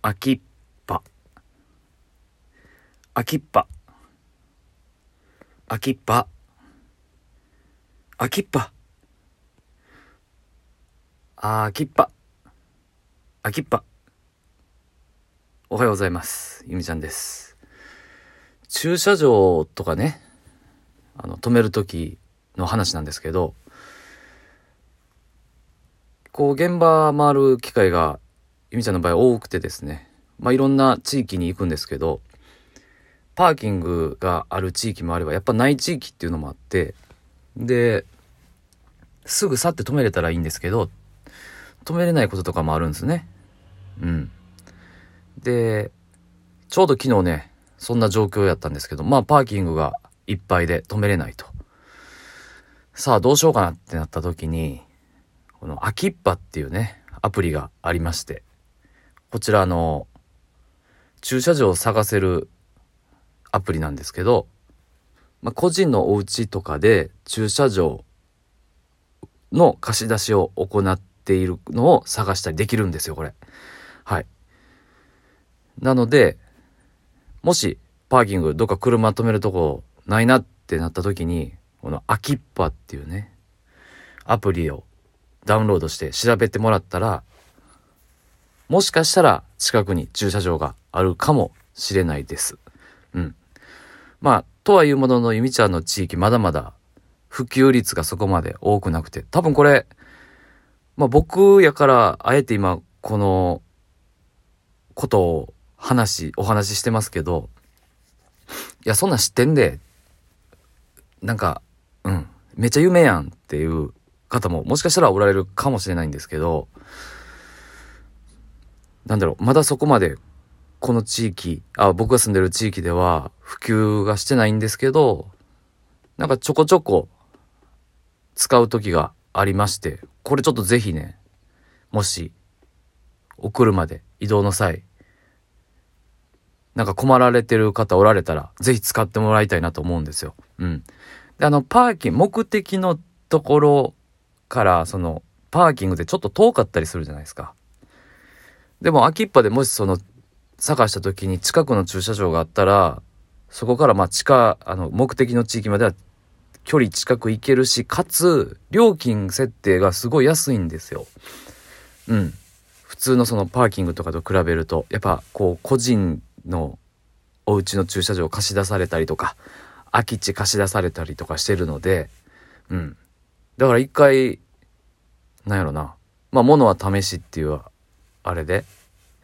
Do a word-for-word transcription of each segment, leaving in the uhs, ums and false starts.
秋っぱ秋っぱ秋っぱ秋っぱ秋っぱ秋っぱおはようございます。ゆみちゃんです。駐車場とかね、あの止める時の話なんですけど、こう現場回る機会がゆみちゃんの場合多くてですね、まあいろんな地域に行くんですけど、パーキングがある地域もあればやっぱない地域っていうのもあって、ですぐ去って止めれたらいいんですけど、止めれないこととかもあるんですね。うんでちょうど昨日ね、そんな状況やったんですけど、まあパーキングがいっぱいで止めれないと。さあどうしようかなってなった時に、この秋っぱっていうねアプリがありまして、こちらあの駐車場を探せるアプリなんですけど、まあ、個人のお家とかで駐車場の貸し出しを行っているのを探したりできるんですよ、これ。はい。なので、もしパーキングどっか車止めるとこないなってなった時に、この秋っぱっていうねアプリをダウンロードして調べてもらったら、もしかしたら近くに駐車場があるかもしれないです。うん。まあとはいうものの、ゆみちゃんの地域まだまだ普及率がそこまで多くなくて、多分これまあ僕やからあえて今このことを話お話ししてますけど、いやそんなん知ってんで、なんかうんめっちゃ有名やんっていう方ももしかしたらおられるかもしれないんですけど、なんだろう、まだそこまでこの地域、あ僕が住んでる地域では普及がしてないんですけど、なんかちょこちょこ使う時がありまして、これちょっとぜひね、もしお車で移動の際なんか困られてる方おられたら、ぜひ使ってもらいたいなと思うんですよ。うんであのパーキング、目的のところからそのパーキングでちょっと遠かったりするじゃないですか。でも秋っぱでもしその探した時に近くの駐車場があったら、そこからまあ近あの目的の地域までは距離近く行けるし、かつ料金設定がすごい安いんですよ。うん普通のそのパーキングとかと比べると、やっぱこう個人のお家の駐車場を貸し出されたりとか、空き地貸し出されたりとかしてるので、うんだから一回なんやろな、まあ物は試しっていうあれで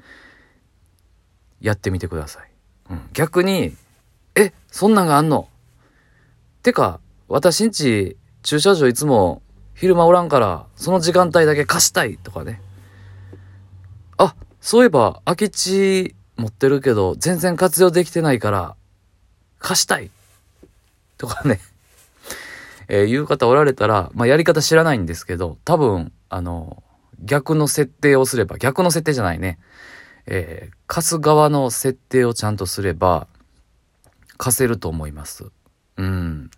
やってみてください。うん、逆にえそんなんがあんのてか私んち駐車場いつも昼間おらんからその時間帯だけ貸したいとかね、あそういえば空き地持ってるけど全然活用できてないから貸したいとかねえー、いう方おられたら、まあやり方知らないんですけど、多分あの逆の設定をすれば、逆の設定じゃないね、えー、貸す側の設定をちゃんとすれば貸せると思います。うん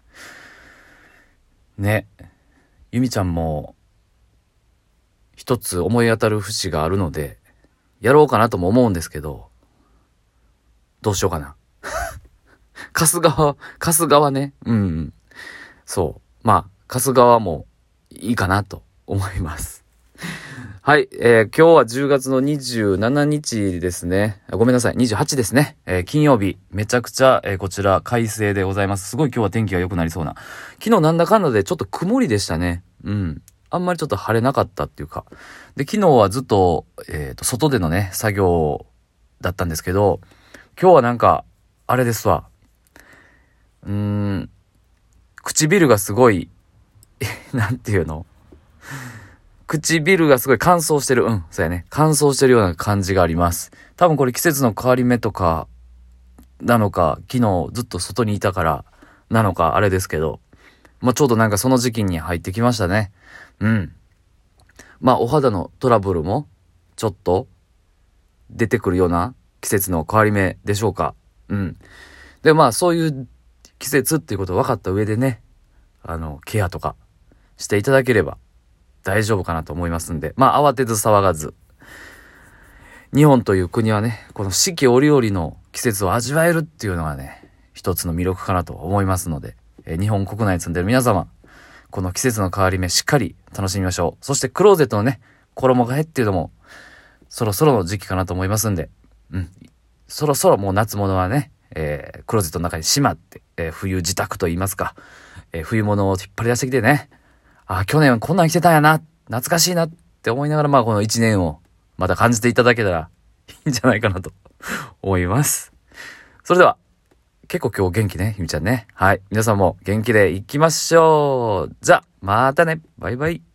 ね、ゆみちゃんも一つ思い当たる節があるのでやろうかなとも思うんですけど、どうしようかな貸す側貸す側ね、うんそうまあ貸す側もいいかなと思いますはい、えー、今日はじゅうがつのにじゅうしちにちですね。ごめんなさい、にじゅうはちですね。えー、金曜日、めちゃくちゃ、えー、こちら快晴でございます。すごい今日は天気が良くなりそうな。昨日なんだかんだでちょっと曇りでしたね。うん。あんまりちょっと晴れなかったっていうか。で、昨日はずっと、えっと、外でのね、作業だったんですけど、今日はなんか、あれですわ。うーん、唇がすごい、なんていうの唇がすごい乾燥してる。うん、そうやね。乾燥してるような感じがあります。多分これ季節の変わり目とかなのか、昨日ずっと外にいたからなのか、あれですけど、まあ、ちょうどなんかその時期に入ってきましたね。うん。まあ、お肌のトラブルもちょっと出てくるような季節の変わり目でしょうか。うん。で、まあ、そういう季節っていうことを分かった上でね、あの、ケアとかしていただければ大丈夫かなと思いますんで、まあ慌てず騒がず日本という国はね、この四季折々の季節を味わえるっていうのがね、一つの魅力かなと思いますので、えー、日本国内に住んでる皆様、この季節の変わり目しっかり楽しみましょう。そしてクローゼットのね、衣替えっていうのもそろそろの時期かなと思いますんで、うん、そろそろもう夏物はね、えー、クローゼットの中にしまって、えー、冬自宅と言いますか、えー、冬物を引っ張り出してきてね、あ、去年はこんなん着てたんやな、懐かしいなって思いながら、まあこの一年をまた感じていただけたらいいんじゃないかなと思います。それでは、結構今日元気ね、ひみちゃんね。はい。皆さんも元気でいきましょう。じゃあ、またね。バイバイ。